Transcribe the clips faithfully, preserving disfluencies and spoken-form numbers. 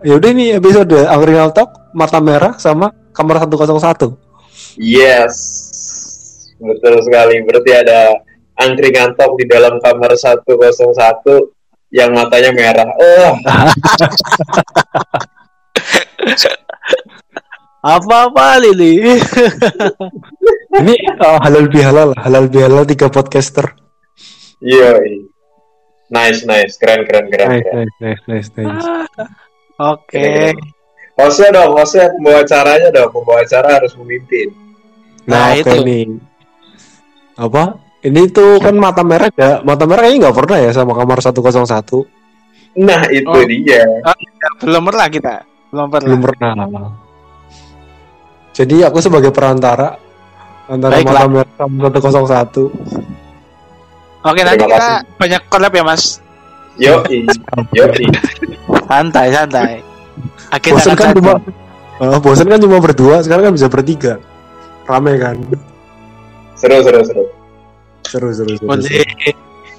Ya udah ini episode Angkringan Talk Mata Merah sama Kamar seratus satu. Yes, betul sekali. Berarti ada Angkringan Talk di dalam kamar seratus satu yang matanya merah. Oh. Apa-apa Lili? Ini uh, halal bihalal, halal bihalal tiga podcaster. Iya. Nice, nice, keren, keren, keren. Nice, keren. nice, nice, nice, nice. Oke. Okay. Hostnya dong, hostnya pembawa acaranya dong, pembawa acara harus memimpin. Nah, nah oke okay nih. Apa? Ini tuh kan mata merah ya, mata merah kayaknya nggak pernah ya sama kamar seratus satu. Nah itu oh. dia. Oh, ya, belum pernah kita, belum pernah. Belum pernah. Jadi aku sebagai perantara antara Baiklah. mata merah sama seratus satu. Oke, nanti kita banyak collab ya mas. Yoi, yoi. Santai, santai. Akhirnya bosan kan cuma, uh, bosan kan cuma berdua, sekarang kan bisa bertiga. Rame kan? Seru, seru, seru. Seru, seru, seru. Boleh. seru.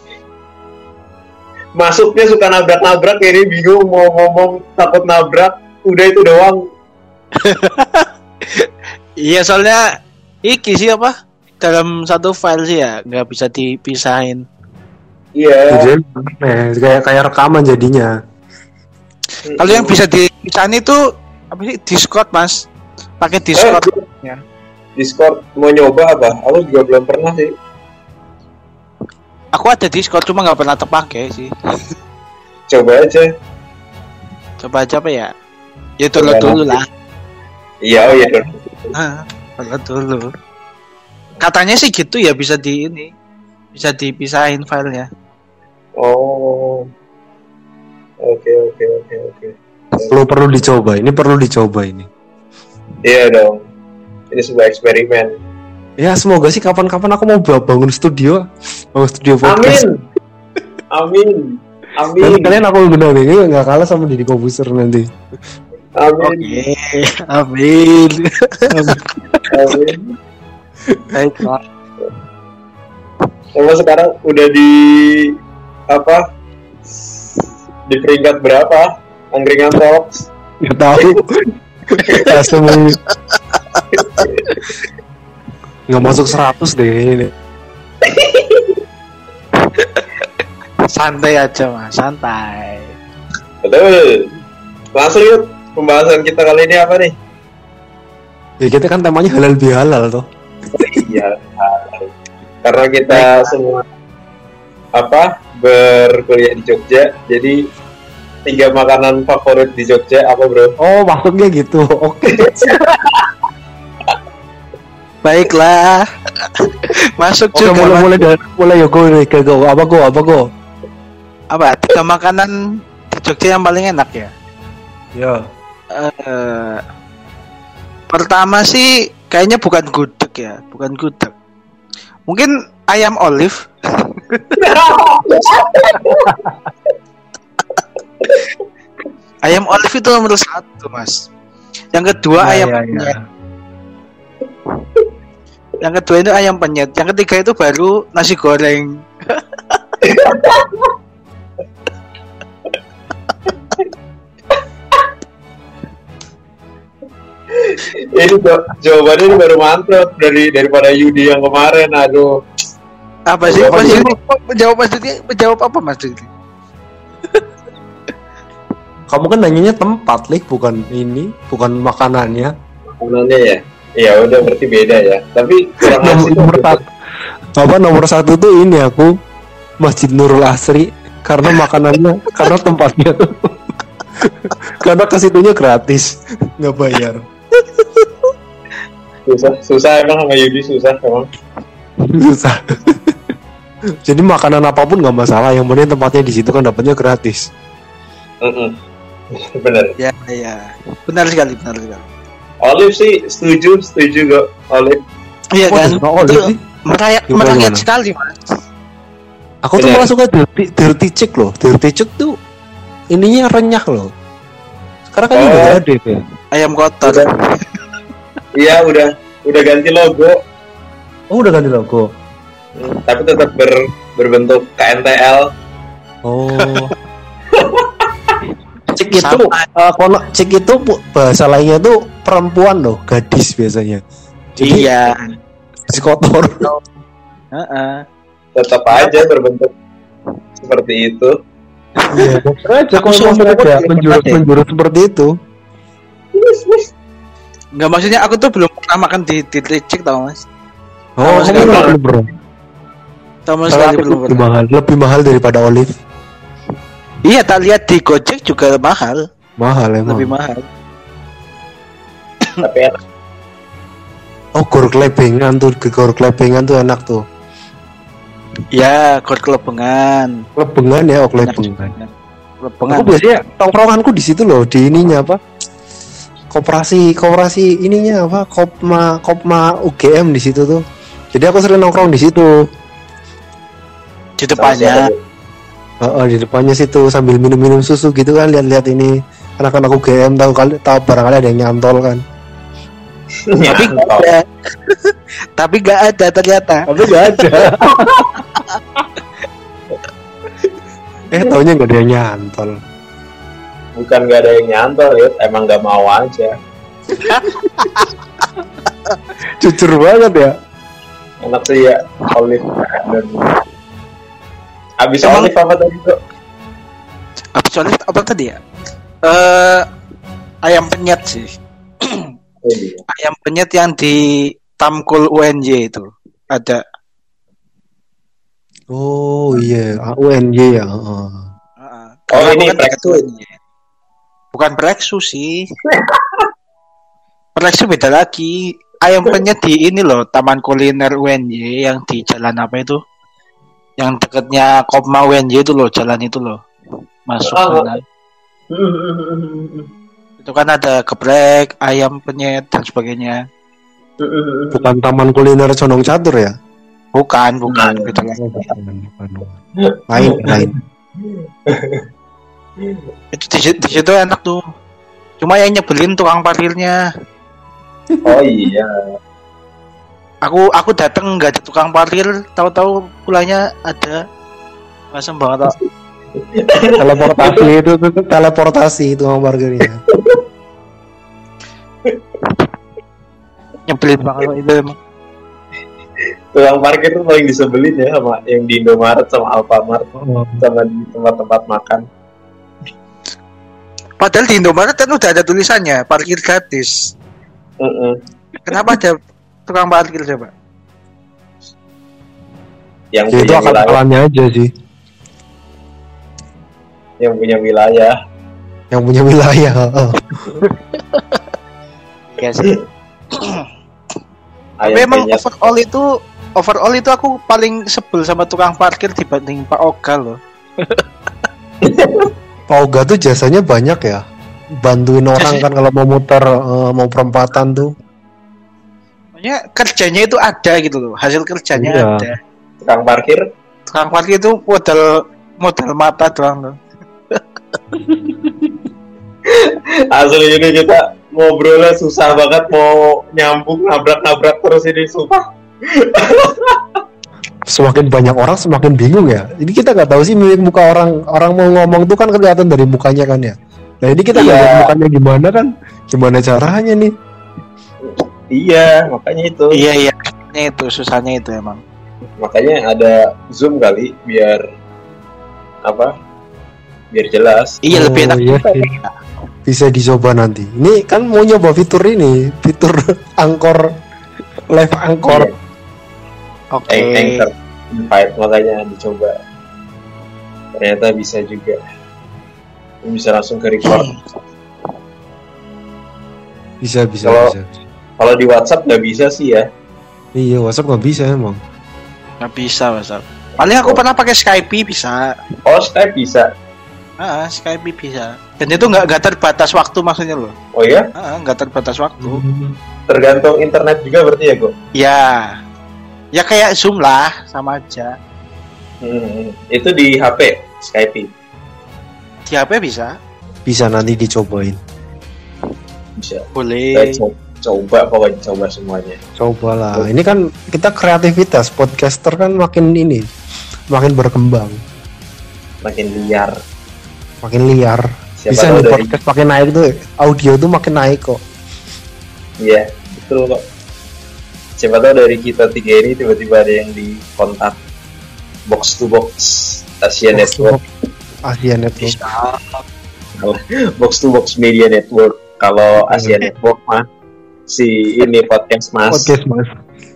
Masuknya suka nabrak-nabrak, ini bingung mau ngomong takut nabrak. Udah itu doang. Iya soalnya iki sih apa? Dalam satu file sih ya, nggak bisa dipisahin. Iya. Yeah. Kayak kayak rekaman jadinya. Kalau yang bisa dipisahin itu apa sih? Discord mas, pakai Discord. Eh, ya. Discord mau nyoba apa? Aku juga belum pernah sih. Aku ada Discord cuma nggak pernah terpakai sih. Coba aja. Coba aja apa ya? Ya download dulu lah. Iya, oh iya dong. Ah, download dulu. Katanya sih gitu ya, bisa di ini, bisa dipisahin filenya. Oh, oke oke oke oke. Perlu perlu dicoba, ini perlu dicoba ini. Iya dong, ini sebuah eksperimen. Ya semoga sih kapan-kapan aku mau bangun studio, bangun studio podcast. Amin, amin, amin. Nanti kalian aku benar ini nggak kalah sama Didi Kobuser nanti. Amin. Oke, amin. Amin. Baiklah. Sama sekarang udah di apa? Di peringkat berapa? Angkringan Talks? Nggak tahu. Langsung nggak masuk seratus deh ini. Santai aja mas, santai. Betul. Langsung yuk, pembahasan kita kali ini apa nih? Ya kita kan temanya halal bihalal toh. Iya, karena kita Baik. semua apa berkuliah di Jogja, jadi tiga makanan favorit di Jogja apa bro? Oh maksudnya gitu, oke. Okay. Baiklah, masuk Oke, juga. Mulai mulai dari mulai ya go nih, go apa go apa go? Apa tiga makanan di Jogja yang paling enak ya? Ya. Uh, pertama sih kayaknya bukan gudeg ya, bukan gudeg. Mungkin ayam olive. Ayam olive itu nomor satu mas. Yang kedua ya, ayam ya, penyet. Ya. Yang kedua itu ayam penyet. Yang ketiga itu baru nasi goreng. Ini jawabannya ini baru mantap dari daripada Yudi yang kemarin. Aduh. Apa sih? Mas Yudi menjawab Mas Yudi menjawab apa Mas Yudi? Kamu kan nanyanya tempat, Lik, bukan ini, bukan makanannya. Makanannya ya? Ya udah berarti beda ya. Tapi nomor, nomor satu, apa nomor satu tuh ini aku Masjid Nurul Asri karena makanannya, karena tempatnya tuh, karena kesitunya gratis, nggak bayar. Susah, susah emang sama Yudi susah emang. Susah. Jadi makanan apapun nggak masalah, yang penting tempatnya di situ kan dapatnya gratis. Mm-mm. Benar. Ya, ya, benar sekali, benar sekali. Olive sih setuju, setuju kok Olive. Iya kan? Olive merayak, merakyat sekali mas. Aku tuh malah suka dirty, dirty chick loh, dirty chick tuh ininya renyah loh. Sekarang kan oh. udah ada ya. Ayam kotor. Iya udah, udah ganti logo. Oh udah ganti logo. Hmm, tapi tetap ber, berbentuk K N T L. Oh. Cik Cik itu uh, kono cik itu bahasa lainnya tuh perempuan loh, gadis biasanya. Jadi, iya. Si kotor. Heeh. Tetap aja berbentuk seperti itu. Iya, aja kalau mau ada menjurus-menjurus seperti itu. Enggak, maksudnya aku tuh belum pernah makan di di cik tau mas. Oh, kamu belum bro. Sama sekali belum lebih mahal, lebih mahal daripada olive. Iya, tak lihat di Gojek juga mahal. Mahal emang. Lebih mahal. Tapi enak. Oh, gor klebengan tuh, gor klebengan tuh enak tuh. Ya, gor klebengan. Klebengan ya, oh klebengan. Klebengan. Aku biasanya tongkronganku di situ loh, di ininya apa? Koperasi, koperasi ininya apa? Kopma, Kopma U G M di situ tuh. Jadi aku sering nongkrong di situ. Di depannya. Oh, oh, di depannya situ sambil minum-minum susu gitu kan, lihat-lihat ini anak-anak U G M, tahu kali tahu barangkali ada yang nyantol kan. Tapi nggak ada. Tapi nggak ada ternyata. Tapi nggak ada. eh, taunya nggak ada yang nyantol. Bukan nggak ada yang nyantol ya, emang nggak mau aja. Jujur banget ya. Enak sih ya, olive dan abis Emang... olive apa tadi tuh? Abis olive apa tadi ya? Uh, ayam penyet sih. Oh, iya. Ayam penyet yang di Tamkul U N J itu ada. Oh iya, U N J ya. Uh, oh ini kan Plexu. Bukan Plexu sih. Plexu beda lagi. Ayam penyet di ini loh, Taman Kuliner U N J yang di jalan apa itu? Yang dekatnya Kopma U N J itu loh, jalan itu loh. Masuk oh. sana. Itu kan ada geprek, ayam penyet dan sebagainya. Bukan Taman Kuliner Condong Catur ya? Bukan, bukan, beda lagi. Lain, lain. Itu di, di situ enak tuh. Cuma yang nyebelin tukang parkirnya. Oh iya. Aku aku datang nggak ada tukang parkir, tahu-tahu pulangnya ada. Masam banget tak. Teleportasi itu tuh teleportasi itu tukang parkirnya. Nyebelin banget itu emang. Tukang parkir tuh paling disebelin ya sama yang di Indomaret sama Alfamart oh. sama di tempat-tempat makan. Padahal di Indomaret kan udah ada tulisannya parkir gratis. Uh-uh. Kenapa ada tukang parkir coba? Yang ya, itu akal-akalannya aja sih. Yang punya wilayah. Yang punya wilayah. Oh. Ya sih. Tapi emang overall itu overall itu aku paling sebel sama tukang parkir dibanding Pak Oga loh. Pak Oga tuh jasanya banyak ya. Bantuin orang kan kalau mau muter uh, mau perempatan tuh. Makanya kerjanya itu ada gitu loh, hasil kerjanya iya. ada. Tukang parkir, tukang parkir itu modal modal mata doang loh. Asli ini kita ngobrolnya susah banget, mau nyambung nabrak-nabrak terus ini sumpah. Semakin banyak orang semakin bingung ya. Ini kita nggak tahu sih mimik muka orang orang mau ngomong tuh kan kelihatan dari mukanya kan ya. Nah ini kita nggak iya. lihat mukanya gimana kan? Gimana caranya nih? Iya, makanya itu. Iya iya, itu susahnya itu emang. Makanya ada Zoom kali biar apa? Biar jelas. Iya, oh, lebih enak. Iya, iya. Bisa dicoba nanti. Ini kan mau nyoba fitur ini, fitur angkor, live angkor. Iya. Oke. Okay. Anchor invite, makanya dicoba. Ternyata bisa juga. Bisa langsung ke record. Bisa bisa kalau, bisa. Kalau di WhatsApp nggak bisa sih ya. Iya, WhatsApp nggak bisa emang. Nggak bisa WhatsApp. Paling aku oh. pernah pakai Skype bisa. Oh, Skype bisa. Ah, Skype bisa. Dan itu nggak nggak terbatas waktu maksudnya loh. Oh ya? Ah, nggak terbatas waktu. Hmm. Tergantung internet juga berarti ya, Go? Ya. Ya kayak Zoom lah, sama aja. Hmm, itu di H P Skype. Di H P bisa? Bisa, nanti dicobain. Bisa. Boleh. Coba, coba pokoknya coba semuanya. Cobalah. Oh. Ini kan kita kreativitas podcaster kan makin ini, makin berkembang. Makin liar. Makin liar. Siapa Bisa tahu nih dari podcast makin naik tuh, audio tuh makin naik kok. iya betul kok. Siapa tahu dari kita tiga ini tiba-tiba ada yang di kontak box to box Asia Box to Network, Asia Network. Bisa. box to box Media Network. Kalau Asia Network mah si ini podcast mas. Podcast mas.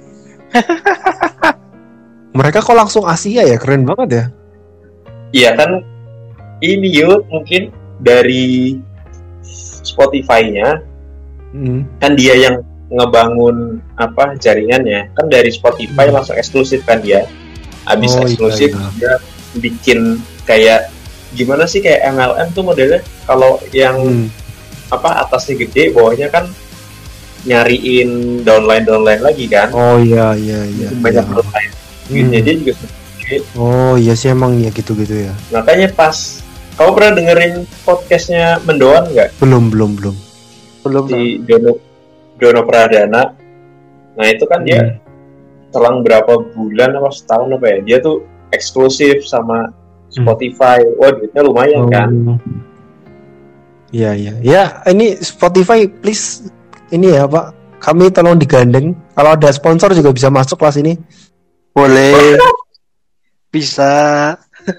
Mereka kok langsung Asia ya, keren banget ya. Iya kan, ini yuk mungkin dari Spotify-nya Hmm. kan dia yang ngebangun apa jaringannya, kan dari Spotify Hmm. langsung eksklusif kan dia. Abis Oh, iya, eksklusif iya. dia bikin kayak gimana sih kayak M L M tuh modelnya, kalau yang Hmm. apa atasnya gede bawahnya kan nyariin downline downline lagi kan. Oh iya iya iya. Banyak iya. downline. Hmm. Jadi juga gede. Oh iya sih emang ya gitu-gitu ya. Makanya pas kamu pernah dengerin podcastnya Mendoan nggak? Belum belum belum. Belum Si Dono Dono Pradana. Nah itu kan dia Hmm. selang berapa bulan apa setahun apa ya, dia tuh eksklusif sama Spotify. Wah duitnya lumayan kan. Oh. Iya iya. Ya ini Spotify please ini ya Pak. Kami tolong digandeng. Kalau ada sponsor juga bisa masuk kelas ini. boleh. Bisa.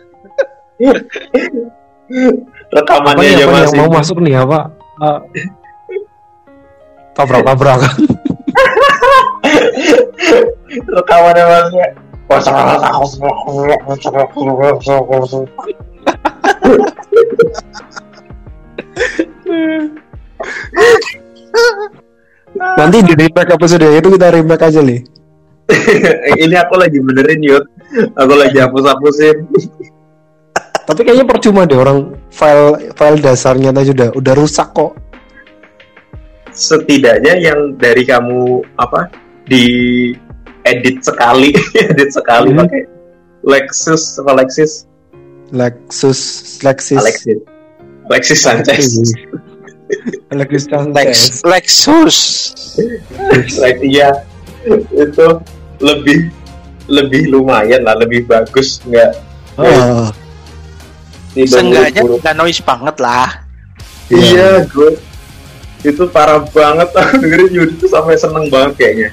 Apa Rekamannya nih aja apa nih yang masih mau masuk nih apa? Uh, tabrak-tabrakan. rekamannya masih. Nanti di remake episode itu kita remake aja nih. Ini aku lagi benerin yuk. Aku lagi hapus-hapusin. Tapi kayaknya percuma deh, orang file file dasarnya tadi udah udah rusak kok. Setidaknya yang dari kamu apa di edit sekali, edit sekali Hmm. pakai Lexus apa Lexus? Lexus Lexus Alexis. Lexus Sanchez. Lexus Sanchez. Lex, Lexus. Lex iya. Itu lebih lebih lumayan lah, lebih bagus nggak? Oh, Tidak Seenggaknya buruk-buruk. nggak noise banget lah. Iya, gue itu parah banget. Aku dengerin Yudi itu sampai seneng banget kayaknya.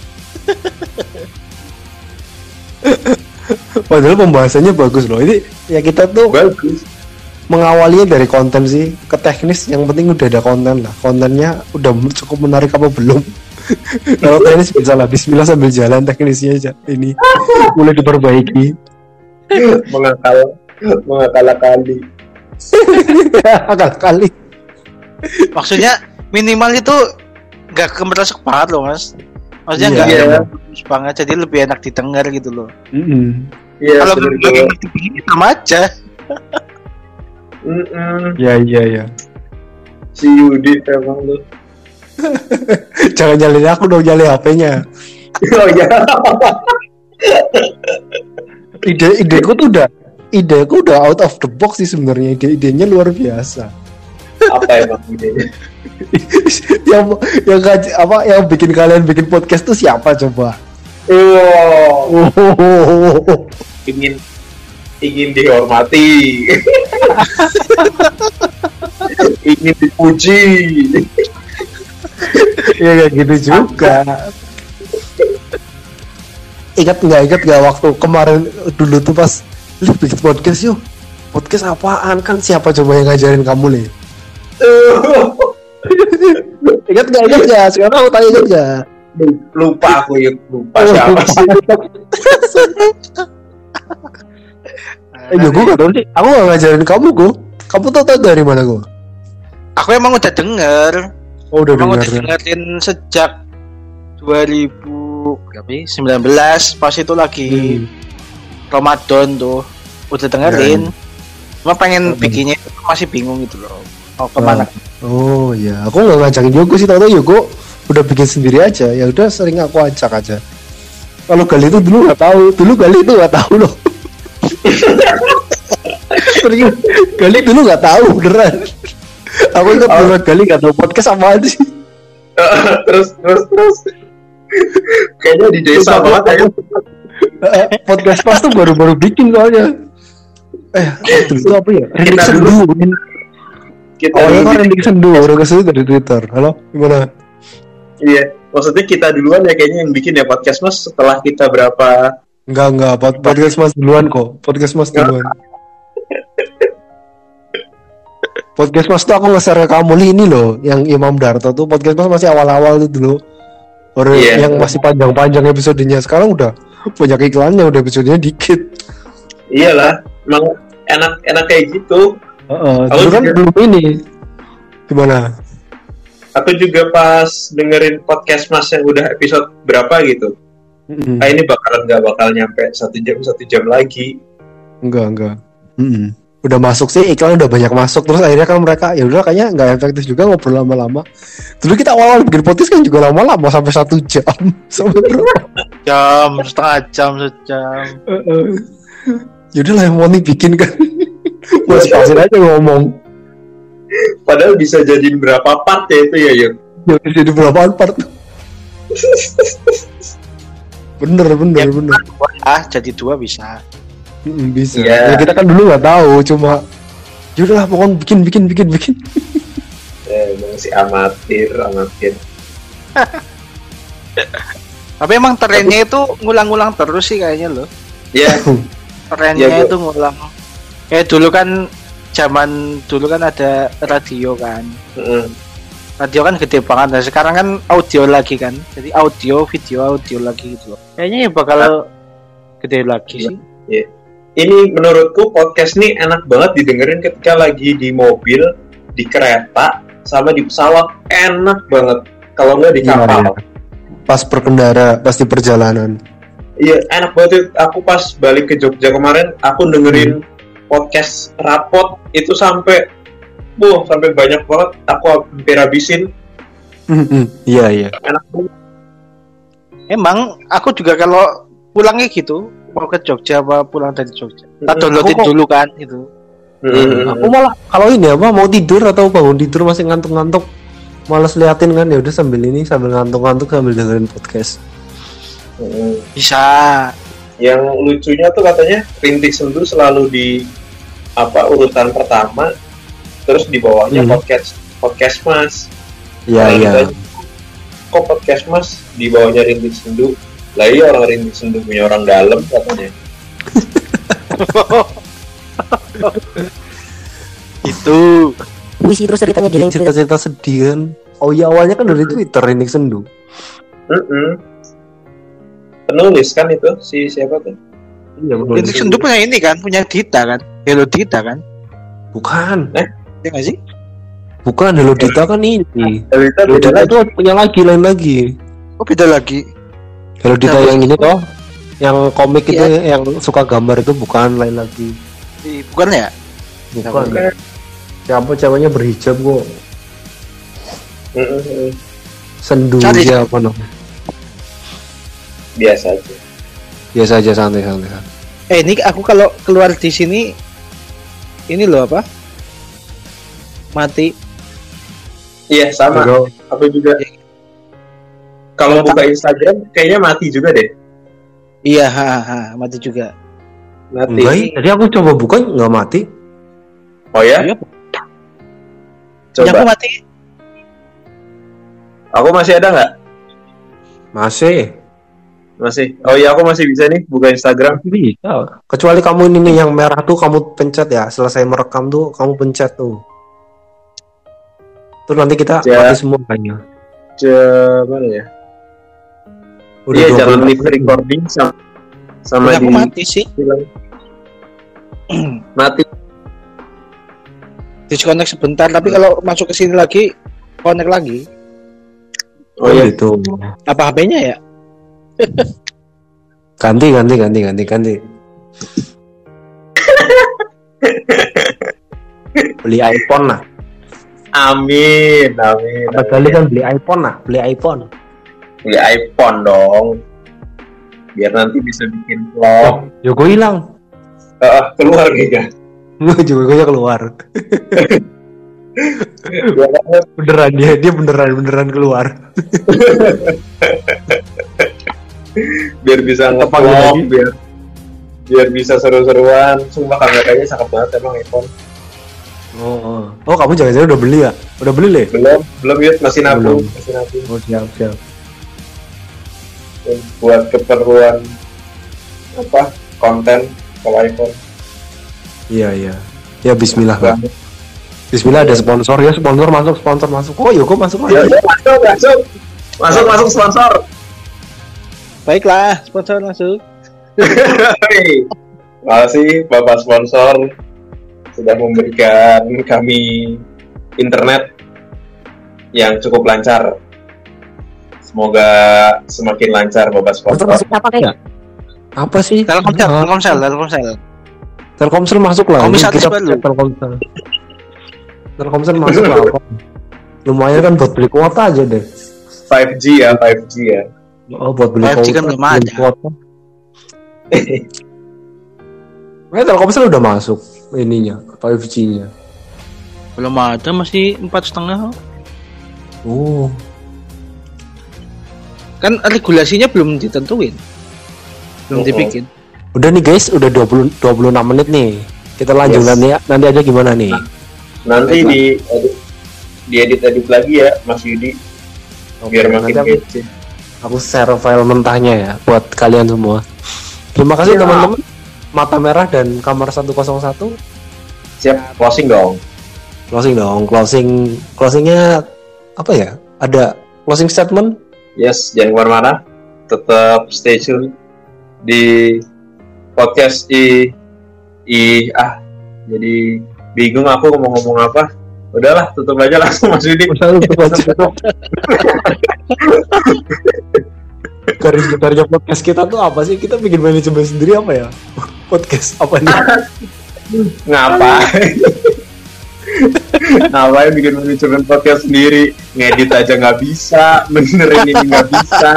padahal pembahasannya bagus loh. Ini ya kita tuh Bagus. mengawalinya dari konten sih ke teknis, yang penting udah ada konten lah. Kontennya udah cukup menarik apa belum? Kalau teknis bisa lah, bismillah sambil jalan teknisnya aja. Ini mulai diperbaiki. Mengakal, mengakal kali. Akal kali. Maksudnya minimal itu nggak kemeresek banget loh mas. Maksudnya nggak Iya. kemeresek banget, jadi lebih enak didengar gitu loh. Mm-mm. Iya, Kalau bener berbagi banget. begini sama aja. Mm-mm. Ya iya ya. Si Yudi emang lu. Jangan nyalain aku dong, nyalain H P-nya. Oh ya. Ide ideku tuh udah ideku udah out of the box sih sebenarnya. Ide-idenya luar biasa. Apa emang idenya? yang yang ngaj- apa yang bikin kalian bikin podcast tuh siapa coba? Oh, Oh, ingin ingin dihormati. Ingin dipuji. ya kayak gitu juga. Ingat nggak ingat nggak waktu kemarin dulu tuh pas lu bikin podcast yuk, podcast apaan, kan siapa coba yang ngajarin kamu nih? Ingat nggak ingat nggak? Sekarang aku tanya ingat nggak? Lupa aku ya, lupa siapa sih. Eh, gue gak tau sih. Aku gak ngajarin kamu, gue. Kamu tau tau dari mana gue? Aku emang udah denger. Oh, udah Emang dengar. udah dengerin sejak dua ribu sembilan belas pas itu lagi Hmm. Ramadan tuh. Udah dengerin. Cuma pengen Hmm. bikinnya itu masih bingung gitu loh. Mau kemana? Oh iya, aku gak ngajakin Yogo sih, tau tau Yogo udah bikin sendiri aja. Ya udah sering aku ajak aja. Kalau Gali itu dulu gak tahu, dulu Gali itu gak tahu loh. Serius, Gali dulu gak tahu beneran. Aku ingat Oh. dulu Gali gak tahu podcast apaan sih. terus terus terus. Kayaknya di desa banget ya. Eh, podcast pas tuh baru-baru bikin soalnya. Eh, dulu itu apa ya? Remix Kita dulu. dulu. kita Awalnya dulu kan bikin- Randy Sendu, Randy Sendu dari Twitter. Halo, gimana? Iya, maksudnya kita duluan ya kayaknya yang bikin ya podcast mas setelah kita berapa Enggak, enggak, pod- podcast Mas duluan kok. Podcast Mas duluan. Podcast Mas tuh aku nge-share ke kamu Li, ini loh, yang Imam Darto tuh podcast Mas masih awal-awal itu dulu. Baru Iya. yang masih panjang-panjang episodenya, sekarang udah banyak iklannya, udah episodenya dikit. iyalah, emang enak enak kayak gitu. Heeh, Aku dulu kan juga- belum ini. Gimana? Aku juga pas dengerin podcast mas yang udah episode berapa gitu, Mm-mm. ah ini bakalan nggak bakal nyampe satu jam satu jam lagi. Enggak, enggak. Mm-mm. Udah masuk sih, iklan udah banyak masuk, terus akhirnya kan mereka ya udah kayaknya nggak efektif juga ngobrol lama-lama. Dulu kita awal bikin podcast kan juga lama-lama sampai satu jam, sampai berapa? Jam, setengah jam, sejam. Yaudah lah yang mau nih bikin kan, mas pasin aja ngomong. Padahal bisa jadiin berapa part ya itu ya Yun. Ya jadi berapa part? Bener, bener, Ya. bener. Ah, jadi dua bisa. Mm, bisa. Iya. Ya, kita kan dulu nggak tahu, cuma yaudah lah pokoknya bikin, bikin, bikin, bikin. Eh, emang si amatir, amatir. Tapi emang trennya itu ngulang-ngulang terus sih kayaknya loh. Ya, Trennya Ya, Bu. itu ngulang. Kayak dulu kan zaman dulu kan ada radio kan. mm, Radio kan gede banget. Nah, sekarang kan audio lagi kan. Jadi audio, video, audio lagi gitu loh. Kayaknya ya bakal gede lagi sih. ini menurutku podcast nih enak banget didengerin ketika lagi di mobil, di kereta, sama di pesawat. Enak banget. Kalau nggak di Iya, kapal. iya. Pas berkendara, pas di perjalanan. Iya, enak banget. Aku pas balik ke Jogja kemarin, aku dengerin podcast rapot itu sampai, wow, sampai banyak banget. Aku hampir habisin. Mm-mm. Iya, iya. Enak banget. Emang aku juga kalau pulangnya gitu, mau ke Jogja apa pulang dari Jogja. Tak Mm-mm. downloadin Aku kok- dulu kan gitu. Mm-mm. Aku malah kalau ini apa mau tidur atau bangun tidur masih ngantuk-ngantuk, malas liatin kan, ya udah sambil ini sambil ngantuk-ngantuk sambil dengerin podcast. Mm-mm. Bisa. Yang lucunya tuh katanya Rintik Sendu selalu di apa urutan pertama, terus di bawahnya Hmm. podcast podcast Mas. Iya, Nah, iya. kita- Kok podcast Mas di bawahnya Rintik Sendu? Lah iya orang Rintik Sendu punya orang dalam katanya. Itu. Puisi terus ceritanya Gilang cerita. Cerita-cerita sedih kan. Oh iya, awalnya kan dari Twitter ini Sendu. Mm-mm. Penulis kan itu si siapa tuh? Iya, Ini Sendu punya ini kan, punya Dita kan. Hello Dita kan. Bukan. Ya nggak sih? Bukan Hello Dita kan ini. Cerita Hello beda Dita lagi. itu punya lagi lain lagi. Oh beda lagi. Hello Dita Nah, yang ini toh, yang komik itu Iya. yang suka gambar itu bukan lain lagi. Ih, bukan ya? Bukan. Bukan. Siapa ceweknya berhijab kok. Mm-mm. Sendu Cari. siapa namanya? Biasa aja. Biasa aja santai-santai. Eh ini aku kalau keluar di sini ini loh apa? Mati. Iya sama. Aduh. Aku juga. Kalau buka Instagram kayaknya mati juga deh. Iya, ha, ha, mati juga. Mati. Enggak, iya. Tadi aku coba buka nggak mati. Oh ya? Iya. Punya aku Coba. mati. Aku masih ada nggak? Masih. Masih. Oh iya aku masih bisa nih buka Instagram. Bisa. Kecuali kamu ini nih yang merah tuh kamu pencet ya. Selesai merekam tuh kamu pencet tuh. Terus nanti kita Ya. mati semua kayaknya. Ce- mana ya? Udah Iya dua jangan puluh live recording sama sama Punya di aku mati sih. bilang. Mati. Disconnect sebentar, tapi kalau masuk ke sini lagi connect lagi. Oh iya. gitu. Apa H P-nya ya? Ganti ganti ganti ganti ganti. Beli iPhone lah. Amin, amin. Apa kali kan beli iPhone lah, beli iPhone. Beli iPhone dong. Biar nanti bisa bikin vlog. Joko hilang. Eh, keluar gitu. Joko keluar. Biar Beneran dia dia beneran beneran keluar. biar bisa Tetep pagi nge-vlog, lagi. biar biar bisa seru-seruan. Sumpah kameranya cakep banget emang iPhone. Oh, oh. Oh, kamu jangan-jangan udah beli ya? Udah beli Le? Belum, belum Yud, masih nabung, Belum. masih nabung. Oh, siap, siap. Buat keperluan apa? Konten kalau iPhone. Iya, iya. Ya bismillah lah. Bismillah ada sponsor ya, sponsor masuk, sponsor masuk. Oh, yuk kok masuk Ya, lagi. ya, masuk, masuk. Masuk, masuk sponsor. Baiklah, sponsor masuk. Terima kasih Bapak sponsor sudah memberikan kami internet yang cukup lancar. Semoga semakin lancar Bapak Sponsor sponsor. masuk apa kayak? Apa sih? Telkomsel, Ah, Telkomsel, Telkomsel. Telkomsel masuk lah. Kamu Ini bisa kita coba lu. Telkomsel. Telkomsel masuk lah. Apa? Lumayan kan buat beli kuota aja deh. lima G ya, lima G ya. Oh, buat beli lima G kuota. kan belum beli ada. kuota. Nah, Telkomsel udah masuk ininya, lima G-nya. Belum ada, masih empat setengah. Oh, Kan regulasinya belum ditentuin, belum Oh. dibikin. udah nih guys, udah dua puluh dua puluh enam menit nih. Kita lanjut Yes. nanti nanti aja gimana nih? Nanti di edit, di edit edit lagi ya Mas Yudi biar makin nanti aku, kece. aku share file mentahnya ya buat kalian semua. Terima kasih Siap. teman-teman. Mata Merah dan Kamar seratus satu. Siap, closing dong. Closing dong, closing closingnya apa ya? Ada closing statement? Yes, jangan kemana-mana. Tetap stay tune di podcast i i ah jadi bingung aku mau ngomong apa. Udahlah, tutup aja langsung Mas Yudi. Garis besarnya podcast kita tuh apa sih? Kita bikin manajemen sendiri apa ya? Podcast apa nih? Ngapain? Ngapain bikin manajemen podcast sendiri? Ngedit aja nggak bisa, benerin ini nggak bisa.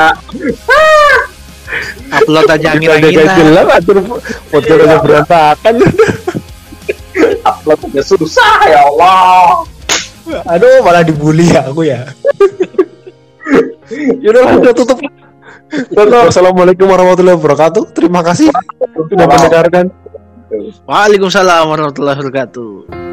Upload aja Kita udah gak angin-anginan. jelas, atur podcast udah berantakan. Upload aja susah ya Allah. Aduh, malah dibully ya aku ya. Yaudah lah, udah tutup. Tutup. Assalamualaikum warahmatullahi wabarakatuh. Terima kasih sudah mendengarkan. Waalaikumsalam warahmatullahi wabarakatuh.